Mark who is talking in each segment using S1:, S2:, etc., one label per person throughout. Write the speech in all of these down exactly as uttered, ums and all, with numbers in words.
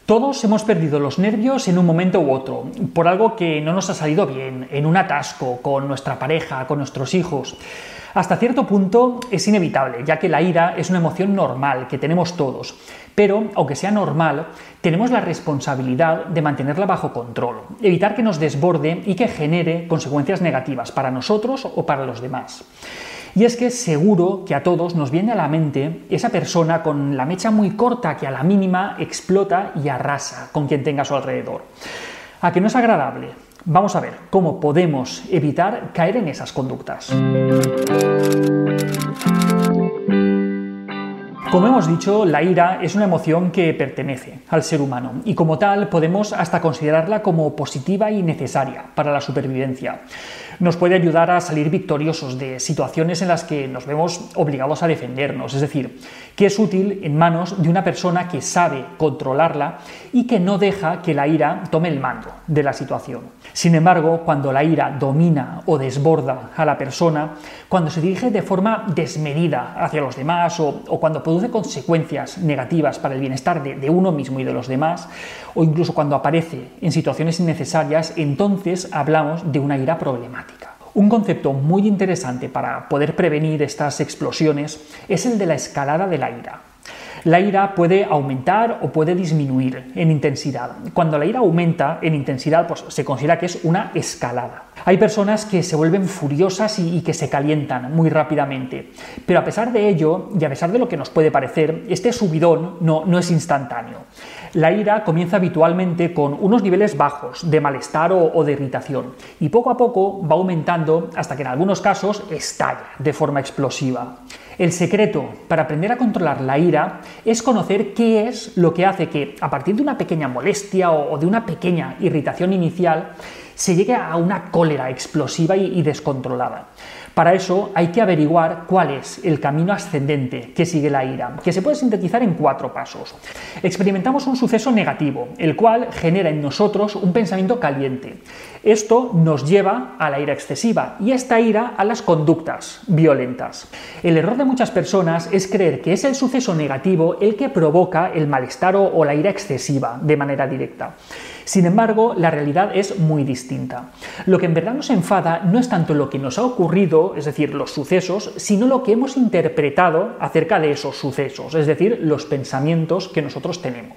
S1: Todos hemos perdido los nervios en un momento u otro, por algo que no nos ha salido bien, en un atasco, con nuestra pareja, con nuestros hijos. Hasta cierto punto es inevitable, ya que la ira es una emoción normal que tenemos todos, pero, aunque sea normal, tenemos la responsabilidad de mantenerla bajo control, evitar que nos desborde y que genere consecuencias negativas para nosotros o para los demás. Y es que seguro que a todos nos viene a la mente esa persona con la mecha muy corta que a la mínima explota y arrasa con quien tenga a su alrededor. ¿A que no es agradable? Vamos a ver cómo podemos evitar caer en esas conductas. Como hemos dicho, la ira es una emoción que pertenece al ser humano y como tal podemos hasta considerarla como positiva y necesaria para la supervivencia. Nos puede ayudar a salir victoriosos de situaciones en las que nos vemos obligados a defendernos, es decir, que es útil en manos de una persona que sabe controlarla y que no deja que la ira tome el mando de la situación. Sin embargo, cuando la ira domina o desborda a la persona, cuando se dirige de forma desmedida hacia los demás o, o cuando produce consecuencias negativas para el bienestar de, de uno mismo y de los demás, o incluso cuando aparece en situaciones innecesarias, entonces hablamos de una ira problemática. Un concepto muy interesante para poder prevenir estas explosiones es el de la escalada de la ira. La ira puede aumentar o puede disminuir en intensidad. Cuando la ira aumenta en intensidad, pues se considera que es una escalada. Hay personas que se vuelven furiosas y, y que se calientan muy rápidamente, pero a pesar de ello, y a pesar de lo que nos puede parecer, este subidón no, no es instantáneo. La ira comienza habitualmente con unos niveles bajos de malestar o, o de irritación, y poco a poco va aumentando hasta que en algunos casos estalla de forma explosiva. El secreto para aprender a controlar la ira es conocer qué es lo que hace que, a partir de una pequeña molestia o, o de una pequeña irritación inicial, se llegue a una cólera explosiva y, y descontrolada. Para eso hay que averiguar cuál es el camino ascendente que sigue la ira, que se puede sintetizar en cuatro pasos. Experimentamos un suceso negativo, el cual genera en nosotros un pensamiento caliente. Esto nos lleva a la ira excesiva y esta ira a las conductas violentas. El error de muchas personas es creer que es el suceso negativo el que provoca el malestar o, o la ira excesiva de manera directa. Sin embargo, la realidad es muy distinta. Lo que en verdad nos enfada no es tanto lo que nos ha ocurrido, es decir, los sucesos, sino lo que hemos interpretado acerca de esos sucesos, es decir, los pensamientos que nosotros tenemos.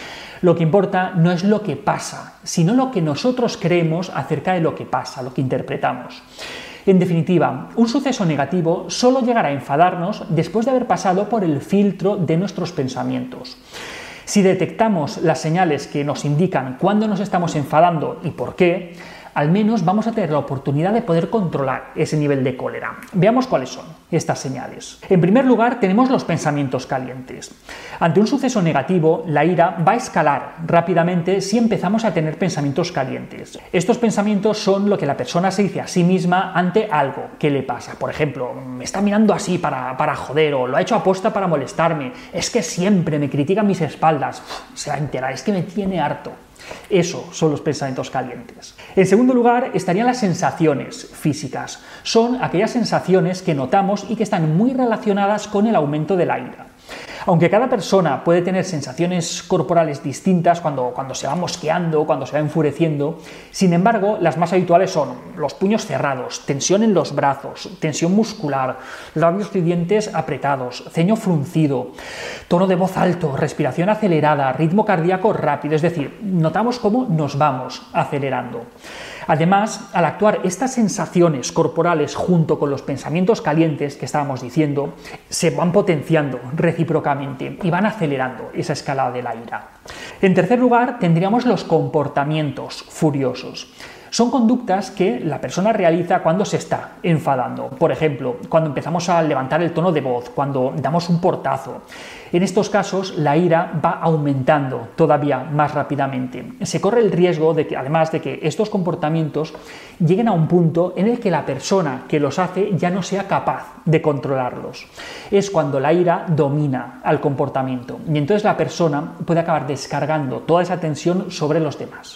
S1: Lo que importa no es lo que pasa, sino lo que nosotros creemos acerca de lo que pasa, lo que interpretamos. En definitiva, un suceso negativo solo llegará a enfadarnos después de haber pasado por el filtro de nuestros pensamientos. Si detectamos las señales que nos indican cuándo nos estamos enfadando y por qué, al menos vamos a tener la oportunidad de poder controlar ese nivel de cólera. Veamos cuáles son estas señales. En primer lugar, tenemos los pensamientos calientes. Ante un suceso negativo, la ira va a escalar rápidamente si empezamos a tener pensamientos calientes. Estos pensamientos son lo que la persona se dice a sí misma ante algo que le pasa. Por ejemplo, me está mirando así para, para joder, o lo ha hecho aposta para molestarme, es que siempre me critica mis espaldas, Uf, se va a enterar, es que me tiene harto. Eso son los pensamientos calientes. En segundo lugar, estarían las sensaciones físicas. Son aquellas sensaciones que notamos y que están muy relacionadas con el aumento de la ira. Aunque cada persona puede tener sensaciones corporales distintas cuando, cuando se va mosqueando, cuando se va enfureciendo, sin embargo, las más habituales son los puños cerrados, tensión en los brazos, tensión muscular, labios y dientes apretados, ceño fruncido, tono de voz alto, respiración acelerada, ritmo cardíaco rápido, es decir, notamos cómo nos vamos acelerando. Además, al actuar estas sensaciones corporales junto con los pensamientos calientes que estábamos diciendo, se van potenciando recíprocamente y van acelerando esa escalada de la ira. En tercer lugar, tendríamos los comportamientos furiosos. Son conductas que la persona realiza cuando se está enfadando. Por ejemplo, cuando empezamos a levantar el tono de voz, cuando damos un portazo. En estos casos, la ira va aumentando todavía más rápidamente. Se corre el riesgo de que, además de que estos comportamientos lleguen a un punto en el que la persona que los hace ya no sea capaz de controlarlos. Es cuando la ira domina al comportamiento y entonces la persona puede acabar descargando toda esa tensión sobre los demás.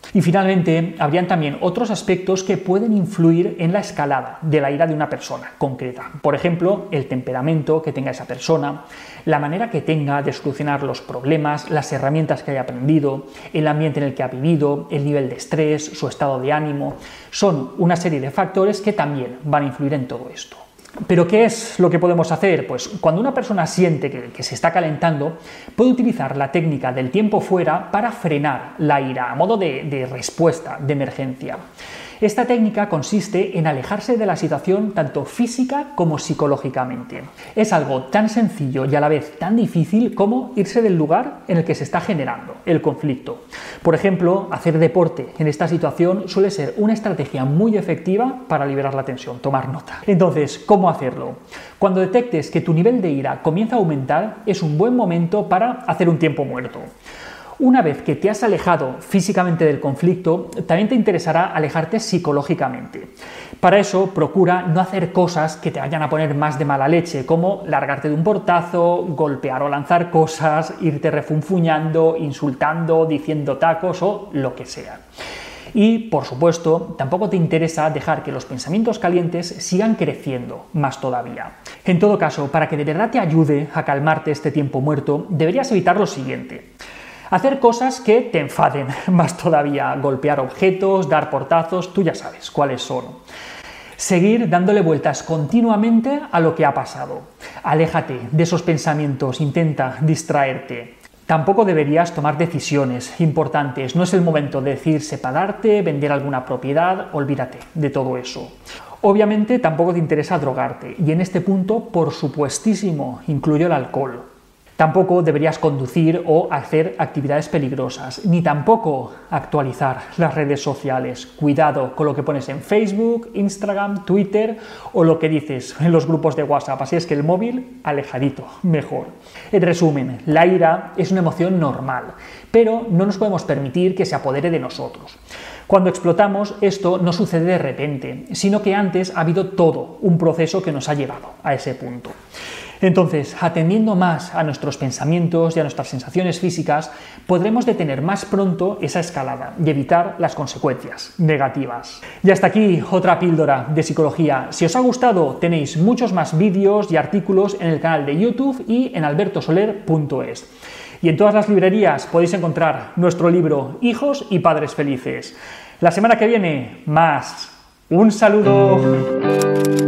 S1: Y finalmente, habrían también otros aspectos que pueden influir en la escalada de la ira de una persona concreta. Por ejemplo, el temperamento que tenga esa persona, la manera que tenga de solucionar los problemas, las herramientas que haya aprendido, el ambiente en el que ha vivido, el nivel de estrés, su estado de ánimo. Son una serie de factores que también van a influir en todo esto. ¿Pero qué es lo que podemos hacer? Pues cuando una persona siente que, que se está calentando, puede utilizar la técnica del tiempo fuera para frenar la ira, a modo de, de respuesta, de emergencia. Esta técnica consiste en alejarse de la situación tanto física como psicológicamente. Es algo tan sencillo y a la vez tan difícil como irse del lugar en el que se está generando el conflicto. Por ejemplo, hacer deporte en esta situación suele ser una estrategia muy efectiva para liberar la tensión, tomar nota. Entonces, ¿cómo hacerlo? Cuando detectes que tu nivel de ira comienza a aumentar, es un buen momento para hacer un tiempo muerto. Una vez que te has alejado físicamente del conflicto, también te interesará alejarte psicológicamente. Para eso, procura no hacer cosas que te vayan a poner más de mala leche, como largarte de un portazo, golpear o lanzar cosas, irte refunfuñando, insultando, diciendo tacos o lo que sea. Y, por supuesto, tampoco te interesa dejar que los pensamientos calientes sigan creciendo más todavía. En todo caso, para que de verdad te ayude a calmarte este tiempo muerto, deberías evitar lo siguiente. Hacer cosas que te enfaden más todavía, golpear objetos, dar portazos, tú ya sabes cuáles son. Seguir dándole vueltas continuamente a lo que ha pasado. Aléjate de esos pensamientos, intenta distraerte. Tampoco deberías tomar decisiones importantes, no es el momento de decir separarte, vender alguna propiedad, olvídate de todo eso. Obviamente tampoco te interesa drogarte, y en este punto, por supuestísimo, incluyo el alcohol. Tampoco deberías conducir o hacer actividades peligrosas, ni tampoco actualizar las redes sociales. Cuidado con lo que pones en Facebook, Instagram, Twitter o lo que dices en los grupos de WhatsApp. Así es que el móvil, alejadito, mejor. En resumen, la ira es una emoción normal, pero no nos podemos permitir que se apodere de nosotros. Cuando explotamos, esto no sucede de repente, sino que antes ha habido todo un proceso que nos ha llevado a ese punto. Entonces, atendiendo más a nuestros pensamientos y a nuestras sensaciones físicas, podremos detener más pronto esa escalada y evitar las consecuencias negativas. Y hasta aquí otra píldora de psicología. Si os ha gustado, tenéis muchos más vídeos y artículos en el canal de YouTube y en alberto soler punto es. Y en todas las librerías podéis encontrar nuestro libro Hijos y Padres Felices. La semana que viene, más. ¡Un saludo!